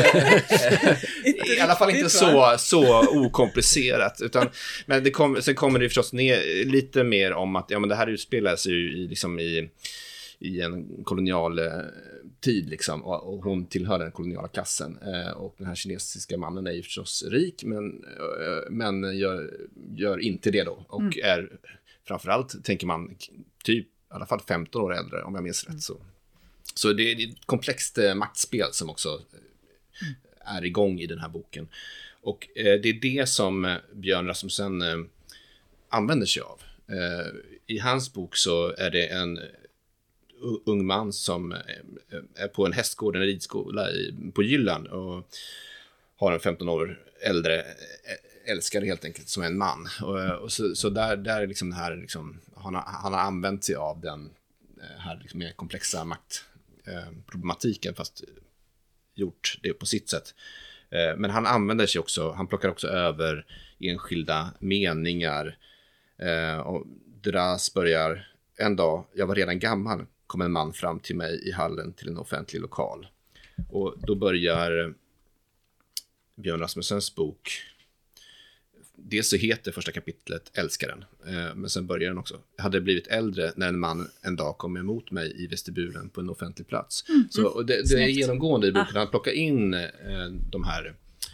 I alla fall inte så, så okomplicerat. Utan, men det kom, sen kommer det förstås ner lite mer om att ja, men det här utspelar sig ju i, liksom i, i en kolonial eh, tid. Liksom, och, och hon tillhör den koloniala klassen. Eh, och den här kinesiska mannen är ju förstås rik, men, eh, men gör, gör inte det då. Och mm. är framförallt, tänker man, typ i alla fall femton år äldre, om jag minns rätt så. Så det är ett komplext eh, maktspel som också eh, är igång i den här boken. Och eh, det är det som eh, Björn Rasmussen eh, använder sig av. Eh, I hans bok så är det en uh, ung man som eh, är på en hästgård, en ridskola i, på Jylland och har en femton år äldre älskare helt enkelt som en man. Och, och så, så där, där är liksom det här, liksom, han, har, han har använt sig av den här liksom mer komplexa maktproblematiken fast gjort det på sitt sätt. Men han använder sig också, han plockar också över enskilda meningar och Duras börjar, en dag, jag var redan gammal, kom en man fram till mig i hallen till en offentlig lokal. Och då börjar Björn Rasmussens bok, dels så heter första kapitlet Älskaren, eh, men sen börjar den också. Jag hade blivit äldre när en man en dag kom emot mig i vestibulen på en offentlig plats. Mm, så och det, det är genomgående i boken. Ah. Han plockar in eh, de här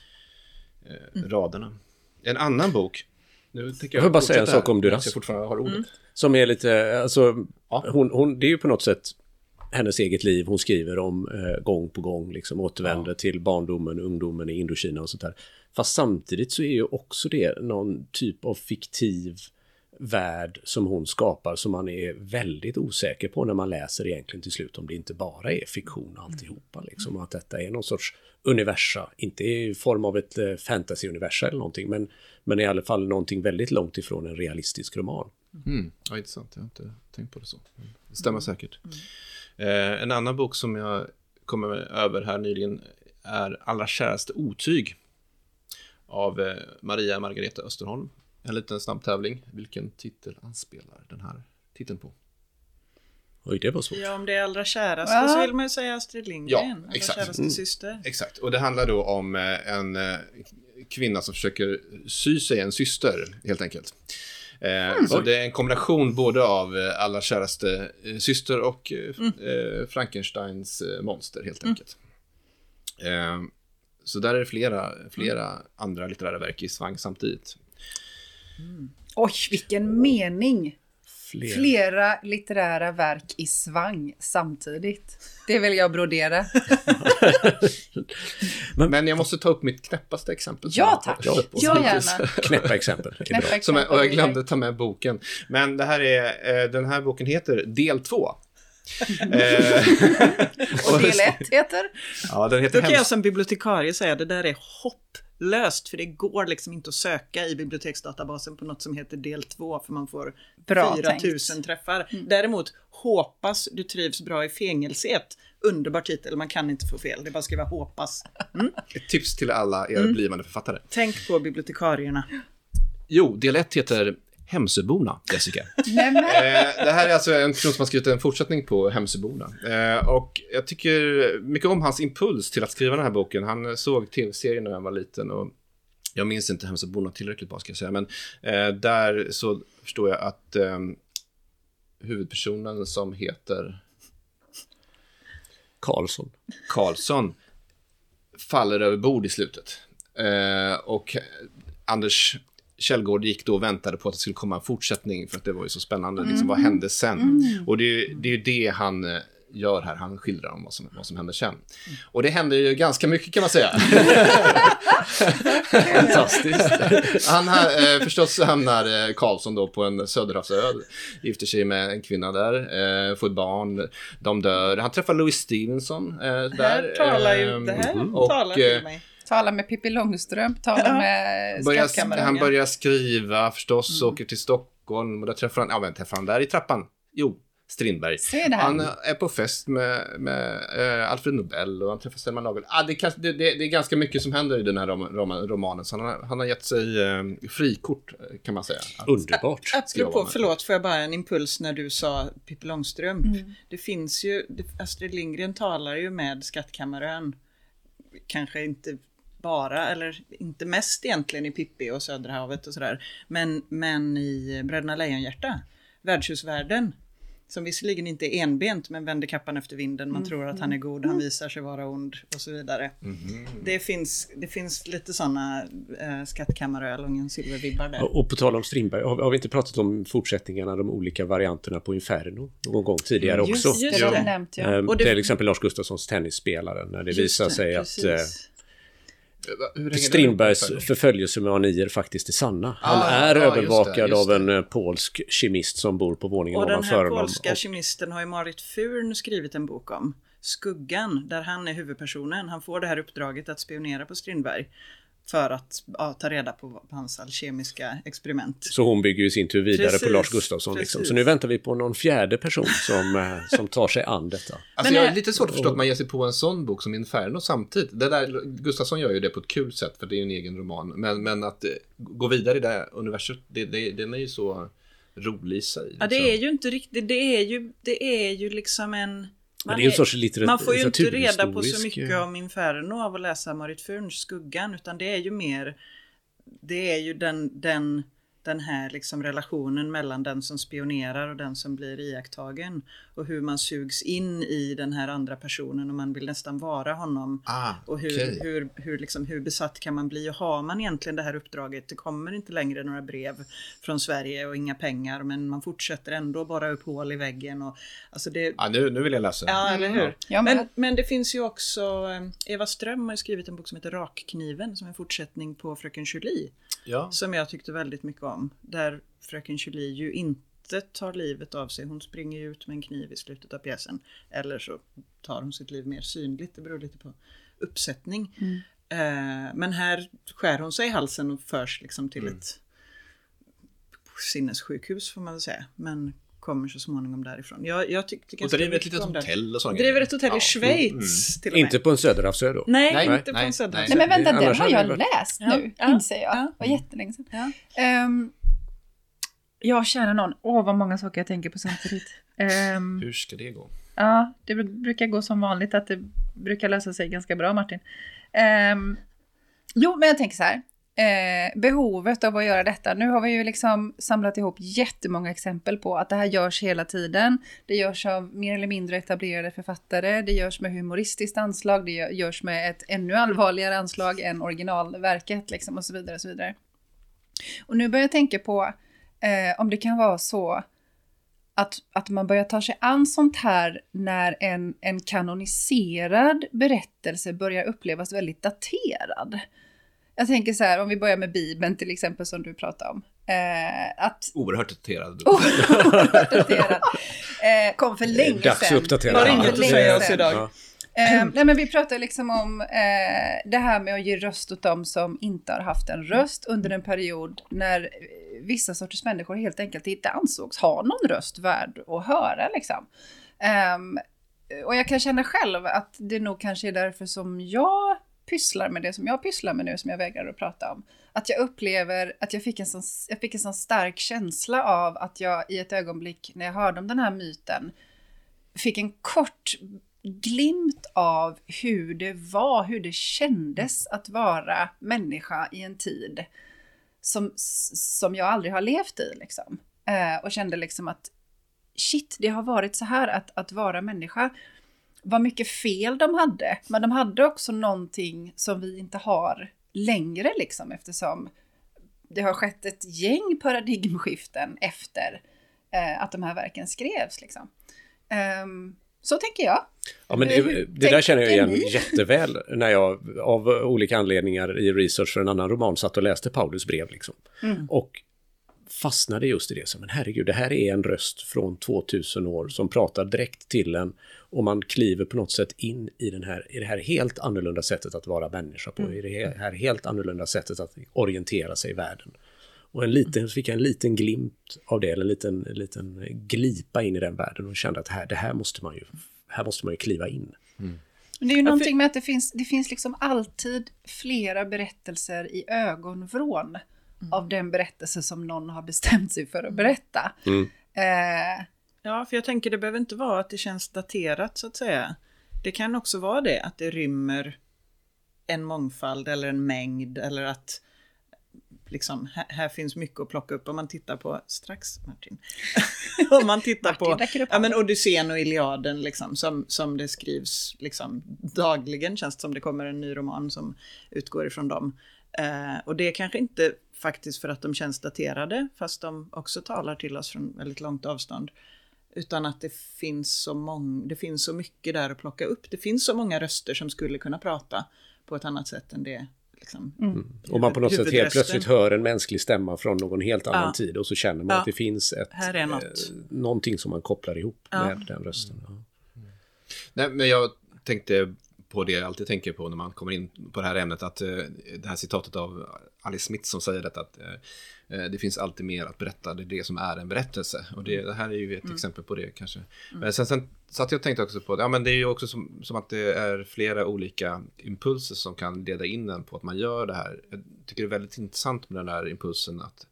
eh, mm. raderna. En annan bok. Nu tänker jag, jag får bara säga en sak om Duras. Jag fortfarande har ordet. Mm. Som är lite, alltså, ja. hon, hon, det är ju på något sätt hennes eget liv. Hon skriver om eh, gång på gång, liksom återvänder ja. till barndomen, ungdomen i Indokina och sånt där. Fast samtidigt så är ju också det någon typ av fiktiv värld som hon skapar som man är väldigt osäker på när man läser egentligen till slut om det inte bara är fiktion alltihopa. Liksom, att detta är någon sorts universa, inte i form av ett eh, fantasy-universa eller någonting, men, men i alla fall någonting väldigt långt ifrån en realistisk roman. Mm. Ja, intressant. Jag har inte tänkt på det så. Det stämmer säkert. Mm. Eh, en annan bok som jag kommer över här nyligen är Allra käraste otyg av eh, Maria Margareta Österholm. En liten snabb tävling. Vilken titel anspelar den här titeln på? Oj, det var svårt. Ja, om det är allra käraste ja. så vill man ju säga Astrid Lindgren. Ja, exakt. Allra käraste mm. syster. Exakt. Och det handlar då om eh, en eh, kvinna som försöker sy sig en syster, helt enkelt. Mm. Så det är en kombination både av Allra käraste syster och mm. eh, Frankensteins eh, monster, helt enkelt. Mm. Eh, så där är det flera, flera mm. andra litterära verk i svang samtidigt. Mm. Oj, vilken mening! Flera. Flera litterära verk i svang samtidigt. Det vill jag brodera. men, men jag måste ta upp mitt knäppaste exempel. Ja, tack. Ja, ja gärna. Knäppa exempel. Knäppa exempel. Som jag, och jag glömde ta med boken. Men det här är, den här boken heter Del två. och del ett heter? Ja, den heter Då kan jag som bibliotekarie säga att det där är hopplöst, för det går liksom inte att söka i biblioteksdatabasen på något som heter del två, för man får bra fyra tusen träffar. Mm. Däremot, hoppas du trivs bra i fängelset. Underbar titel, man kan inte få fel. Det är bara att skriva hoppas. Mm. Ett tips till alla er mm. blivande författare. Tänk på bibliotekarierna. Jo, del ett heter Hemsöborna, Jessica. eh, det här är alltså en person som har skrivit en fortsättning på Hemsöborna. Eh, och jag tycker mycket om hans impuls till att skriva den här boken. Han såg tv-serien när han var liten och Jag minns inte Hemsöborna tillräckligt bra ska jag säga, men eh, där så förstår jag att eh, huvudpersonen som heter Karlsson. Karlsson faller över bord i slutet. Eh, och Anders Källgård gick då och väntade på att det skulle komma en fortsättning för att det var ju så spännande. Mm. Liksom, vad hände sen? Mm. Och det är, det är ju det han eh, gör här. Han skildrar om vad som, vad som händer sen. Mm. Och det händer ju ganska mycket kan man säga. Fantastiskt. Han har, eh, förstås hamnar eh, Karlsson då på en söderhavsö, gifter sig med en kvinna där, eh, får ett barn, de dör. Han träffar Louis Stevenson eh, där. Det här talar ju, eh, det här mm. talar och, till mig. Tala med Pippi Långstrump, tala ja. med börjar, Skattkammaren. Han börjar skriva förstås, mm. åker till Stockholm och där träffar han, ja men träffar han där i trappan. Jo, Strindberg. Han är på fest med, med äh, Alfred Nobel och han träffar Selma Lagerlöf. Ah, det, det, det, det är ganska mycket som händer i den här rom, rom, romanen. Så han har, han har gett sig äh, frikort kan man säga. Att, Underbart. Apropå, förlåt, får jag bara en impuls när du sa Pippi Långstrump. Mm. Det finns ju, det, Astrid Lindgren talar ju med Skattkammaren. Kanske inte bara, eller inte mest egentligen i Pippi och Söderhavet och sådär. Men, men i Bröderna Lejonhjärta, Värdshusvärden, som visserligen inte är enbent men vänder kappan efter vinden. Man mm. tror att han är god, han visar sig vara ond och så vidare. Mm. Det, finns, det finns lite sådana äh, Skattkammarölungen, silvervibbar där. Och, och på tal om Strindberg, har, har vi inte pratat om fortsättningarna, de olika varianterna på Inferno någon gång tidigare mm. också? Just, just det, det nämnt, ja. Ehm, och det, till exempel Lars Gustafssons tennisspelare, när det visar det, sig precis. att... Strindbergs förföljelse med anier faktiskt är sanna. Han ah, är ja, övervakad just det, just det. av en polsk kemist som bor på våningen ovanför honom. Och den här polska och... kemisten har ju Marit Furn skrivit en bok om. Skuggan, där han är huvudpersonen. Han får det här uppdraget att spionera på Strindberg för att ja, ta reda på hans alkemiska experiment. Så hon bygger ju sin tur vidare precis, på Lars Gustafsson. Liksom. Så nu väntar vi på någon fjärde person som, som tar sig an detta. Alltså jag är lite svårt att förstå att man ger sig på en sån bok som Inferno samtidigt. Det där, Gustafsson gör ju det på ett kul sätt för det är ju en egen roman. Men, men att eh, gå vidare i det här universum, det, det, den är ju så rolig i sig. Liksom. Ja, det är ju inte riktigt, det är ju, det är ju liksom en... Man, det är en sorts litterat- man får ju inte reda på så mycket om Inferno av att läsa Marit Furns Skuggan, utan det är ju mer, det är ju den, den, den här liksom relationen mellan den som spionerar och den som blir iakttagen och hur man sugs in i den här andra personen och man vill nästan vara honom ah, och hur, okay. hur, hur, liksom, hur besatt kan man bli och har man egentligen det här uppdraget, det kommer inte längre några brev från Sverige och inga pengar men man fortsätter ändå bara upp hål i väggen och, alltså det, ah, nu, nu vill jag läsa. Ja, eller hur? Mm. Ja, men, men det finns ju också Eva Ström har skrivit en bok som heter Rakkniven som är en fortsättning på Fröken Julie. Ja. Som jag tyckte väldigt mycket om. Där Fröken Julie ju inte tar livet av sig. Hon springer ju ut med en kniv i slutet av pjäsen. Eller så tar hon sitt liv mer synligt. Det beror lite på uppsättning. Mm. Eh, men här skär hon sig i halsen och förs liksom till mm. ett sinnessjukhus får man väl säga. Men kommer så småningom därifrån. Jag, jag tyckte och driver ett litet hotell och sånt. Driver ett hotell ja. i Schweiz mm. till och med. Inte på en söderhavsö då? Nej, nej, inte nej, på en söderhavsö. Nej, men vänta, den har jag varit... läst nu, ja. inser jag. Ja. Det var jättelänge sedan. Ja. Um, jag känner någon. Åh, vad många saker jag tänker på samtidigt. Um, Hur ska det gå? Ja, det brukar gå som vanligt att det brukar lösa sig ganska bra, Martin. Um, jo, men jag tänker så här. Eh, behovet av att göra detta. Nu har vi ju liksom samlat ihop jättemånga exempel på att det här görs hela tiden. Det görs av mer eller mindre etablerade författare. Det görs med humoristiskt anslag. Det görs med ett ännu allvarligare anslag än originalverket liksom, och så vidare och så vidare. Och nu börjar jag tänka på eh, om det kan vara så att, att man börjar ta sig an sånt här när en, en kanoniserad berättelse börjar upplevas väldigt daterad. Jag tänker så här, om vi börjar med Bibeln till exempel som du pratade om. Eh, att... Oerhört daterad. Oerhört daterad. Eh, kom för länge sedan. Dags att uppdatera. Var inget att säga oss idag. Ja. Eh, nej men vi pratar liksom om eh, det här med att ge röst åt dem som inte har haft en röst under en period när vissa sorters människor helt enkelt inte ansågs ha någon röst värd att höra liksom. Eh, och jag kan känna själv att det nog kanske är därför som jag pysslar med det som jag pysslar med nu som jag vägrar att prata om. Att jag upplever att jag fick en sån, jag fick en sån stark känsla av att jag i ett ögonblick när jag hörde om den här myten fick en kort glimt av hur det var, hur det kändes att vara människa i en tid som, som jag aldrig har levt i. Liksom. Eh, och kände liksom att shit, det har varit så här att, att vara människa. Vad mycket fel de hade. Men de hade också någonting som vi inte har längre liksom, eftersom det har skett ett gäng paradigmskiften efter eh, att de här verken skrevs. Liksom. Um, så tänker jag. Ja, men det, det där känner jag igen ni? jätteväl när jag av olika anledningar i research för en annan roman satt och läste Paulus brev. Liksom. Mm. Och fastnade just i det. Så, men herregud, det här är en röst från tvåtusen år som pratar direkt till en och man kliver på något sätt in i, den här, i det här helt annorlunda sättet att vara människa på. Mm. I det här helt annorlunda sättet att orientera sig i världen. Och en liten, så fick jag en liten glimt av det, eller en liten, en liten glipa in i den världen och kände att här, det här måste man ju, här måste man ju kliva in. Mm. Det är ju någonting med att det finns, det finns liksom alltid flera berättelser i ögonvrån mm. av den berättelse som någon har bestämt sig för att berätta. Mm. Eh, ja, för jag tänker det behöver inte vara att det känns daterat så att säga. Det kan också vara det, att det rymmer en mångfald eller en mängd eller att liksom, här, här finns mycket att plocka upp om man tittar på, strax Martin, om man tittar Martin, på ja, men Odysseen och Iliaden liksom, som, som det skrivs liksom, dagligen, känns det som det kommer en ny roman som utgår ifrån dem. Eh, och det är kanske inte faktiskt för att de känns daterade, fast de också talar till oss från väldigt långt avstånd, utan att det finns så mång, det finns så mycket där att plocka upp. Det finns så många röster som skulle kunna prata på ett annat sätt än det. Liksom, mm. Och man på något sätt helt plötsligt hör en mänsklig stämma från någon helt annan ja. tid och så känner man ja. att det finns ett, här är något. Eh, någonting som man kopplar ihop ja. med den rösten. Ja. Mm. Nej, men jag tänkte på det jag alltid tänker på när man kommer in på det här ämnet, att eh, det här citatet av Alice Smith som säger detta, att eh, det finns alltid mer att berätta, det är det som är en berättelse, och det, det här är ju ett mm. exempel på det kanske. Mm. Men sen, sen så att jag tänkte också på det, ja, men det är ju också som, som att det är flera olika impulser som kan leda in en på att man gör det här. Jag tycker det är väldigt intressant med den där impulsen att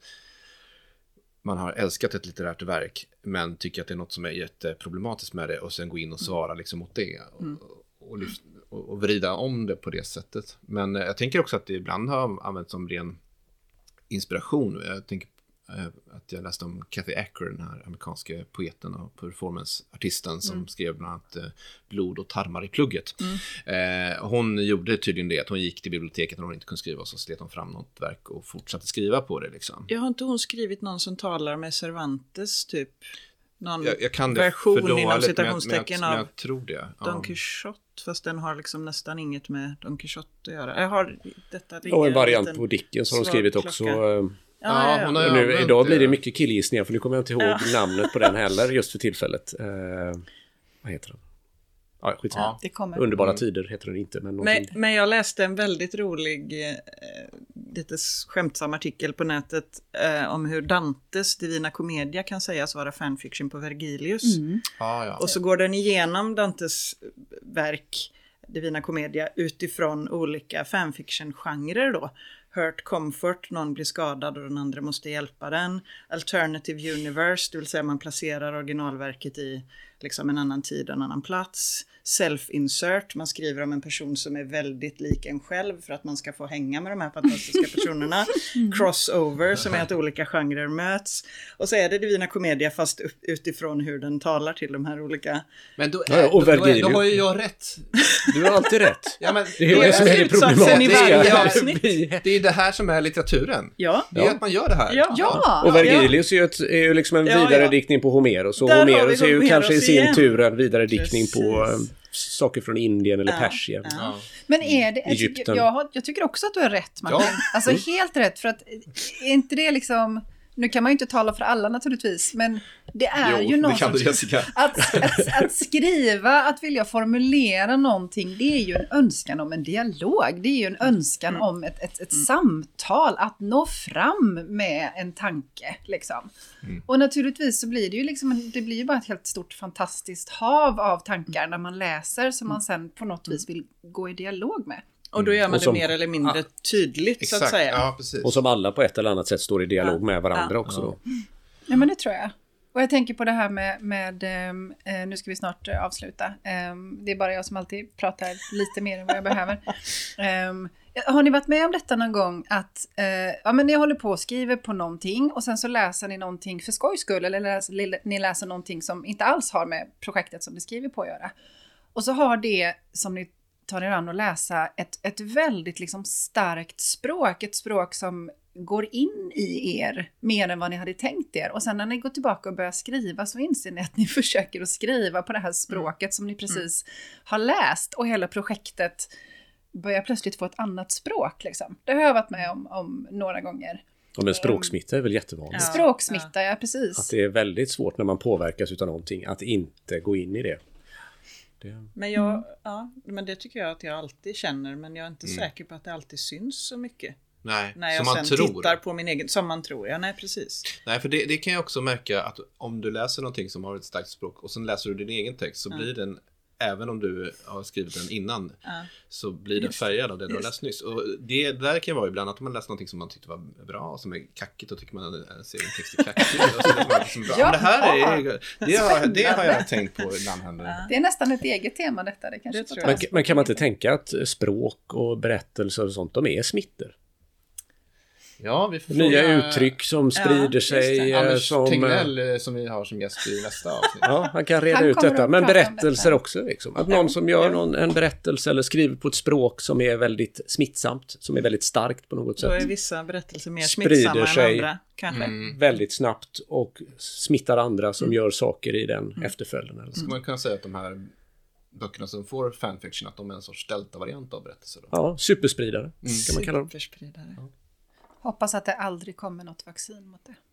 man har älskat ett litterärt verk men tycker att det är något som är jätteproblematiskt med det, och sen gå in och svara liksom mot det och, mm. och, lyfta, och, och vrida om det på det sättet. Men jag tänker också att det ibland har använts som ren inspiration. Jag tänker att jag läste om Kathy Acker, den här amerikanska poeten och performanceartisten som mm. skrev bland annat Blod och tarmar i plugget. Mm. Eh, hon gjorde tydligen det, att hon gick till biblioteket när hon inte kunde skriva, och så slet hon fram något verk och fortsatte skriva på det. Liksom. Jag har inte hon skrivit någon som talar med Cervantes typ? Någon jag, jag kan det version för inom citationstecken av jag tror det. Ja. Don Quixote, fast den har liksom nästan inget med Don Quixote att göra. Jag har detta och en variant på Dickens har de skrivit också. Ja, ja, ja. Och nu, idag blir det mycket killgissningar, för nu kommer jag inte ihåg ja. namnet på den heller just för tillfället. Eh, vad heter den? Ja, skit. Ja, det kommer. Underbara mm. tider heter den inte. Men, men, men jag läste en väldigt rolig eh, lite skämtsam artikel på nätet eh, om hur Dantes Divina Commedia kan sägas vara fanfiction på Vergilius. Mm. Ah, ja. Och så går den igenom Dantes verk Divina Commedia utifrån olika fanfiction-genrer då. Hurt Comfort, någon blir skadad och den andra måste hjälpa den. Alternative Universe, det vill säga man placerar originalverket i liksom en annan tid och en annan plats. Self-insert, man skriver om en person som är väldigt lik en själv för att man ska få hänga med de här fantastiska personerna. Mm. Crossover, som är att olika genrer möts. Och så är det Divina Commedia fast utifrån hur den talar till de här olika... Men då, är, då, då, är, då har ju jag rätt. Du har alltid rätt. Ja, men det är det, det som är det problematiska. Det är det här som är litteraturen. Ja. Det är ja. att man gör det här. Ja. Ja. Och Vergilius är ju, ett, är ju liksom en vidare ja, ja. diktning på Homeros. Och Där Homeros är ju kanske i sin igen. tur en vidare diktning Precis. på um, saker från Indien eller ja. Persien. Ja. Men är det... Egypten. Jag, jag, jag tycker också att du är rätt, Martin. Ja. Alltså mm. helt rätt. För att är inte det liksom... Nu kan man ju inte tala för alla naturligtvis, men det är jo, ju något kan du, Jessica. Att, att, att skriva, att vilja formulera någonting, det är ju en önskan om en dialog. Det är ju en önskan mm. om ett, ett, ett mm. samtal, att nå fram med en tanke. Liksom. Mm. Och naturligtvis så blir det ju liksom, det blir ju bara ett helt stort fantastiskt hav av tankar när man läser som man sen på något vis vill gå i dialog med. Och då gör man som, det mer eller mindre ja, tydligt exakt, så att säga. Ja, precis. Och som alla på ett eller annat sätt står i dialog ja, med varandra ja. också. Då. Ja, men det tror jag. Och jag tänker på det här med, med eh, nu ska vi snart eh, avsluta. Eh, det är bara jag som alltid pratar lite mer än vad jag behöver. Eh, har ni varit med om detta någon gång? Att eh, ja, men ni håller på och skriver på någonting och sen så läser ni någonting för skojs skull. Eller läser, ni läser någonting som inte alls har med projektet som ni skriver på att göra. Och så har det som ni tar er an att läsa ett, ett väldigt liksom starkt språk. Ett språk som går in i er mer än vad ni hade tänkt er. Och sen när ni går tillbaka och börjar skriva så inser ni att ni försöker att skriva på det här språket mm. som ni precis mm. har läst. Och hela projektet börjar plötsligt få ett annat språk. Liksom. Det har jag varit med om, om några gånger. Ja, men språksmitta är väl jättevanligt. Ja. Språksmitta, ja precis. Att det är väldigt svårt när man påverkas av någonting att inte gå in i det. det... Men, jag, mm. ja, men det tycker jag att jag alltid känner, men jag är inte mm. säker på att det alltid syns så mycket. Nej, när jag som man sen tror. tittar på min egen, som man tror, ja nej precis. Nej, för det, det kan jag också märka att om du läser någonting som har ett starkt språk och sen läser du din egen text så mm. blir den, även om du har skrivit den innan, ja. så blir den färgad av det du har läst nyss. Och det där kan vara ibland att om man läser någonting som man tyckte var bra, som är kackigt, då tycker man att ens egen text är kackig. Och så är det liksom bra. Ja, det här är, det har, det har jag tänkt på ibland. Ja. Det är nästan ett eget tema detta. Det kanske det tror men, men kan man inte tänka att språk och berättelser och sånt, de är smitter? Ja, vi får nya fråga... uttryck som sprider ja, sig. Anders som, Tegnell som vi har som gäst i nästa avsnitt. Ja, han kan reda han ut detta. Men berättelser detta. också. Liksom. Att någon som gör någon, en berättelse eller skriver på ett språk som är väldigt smittsamt, som är väldigt starkt på något sätt. Då är vissa berättelser mer sprider smittsamma sig än andra, kanske. Mm. väldigt snabbt och smittar andra som mm. gör saker i den mm. efterföljden. Eller så. Ska man kunna säga att de här böckerna som får fanfiction, att de är en sorts delta-variant av berättelser? Då? Ja, superspridare mm. kan man kalla dem. Superspridare. Ja. Hoppas att det aldrig kommer något vaccin mot det.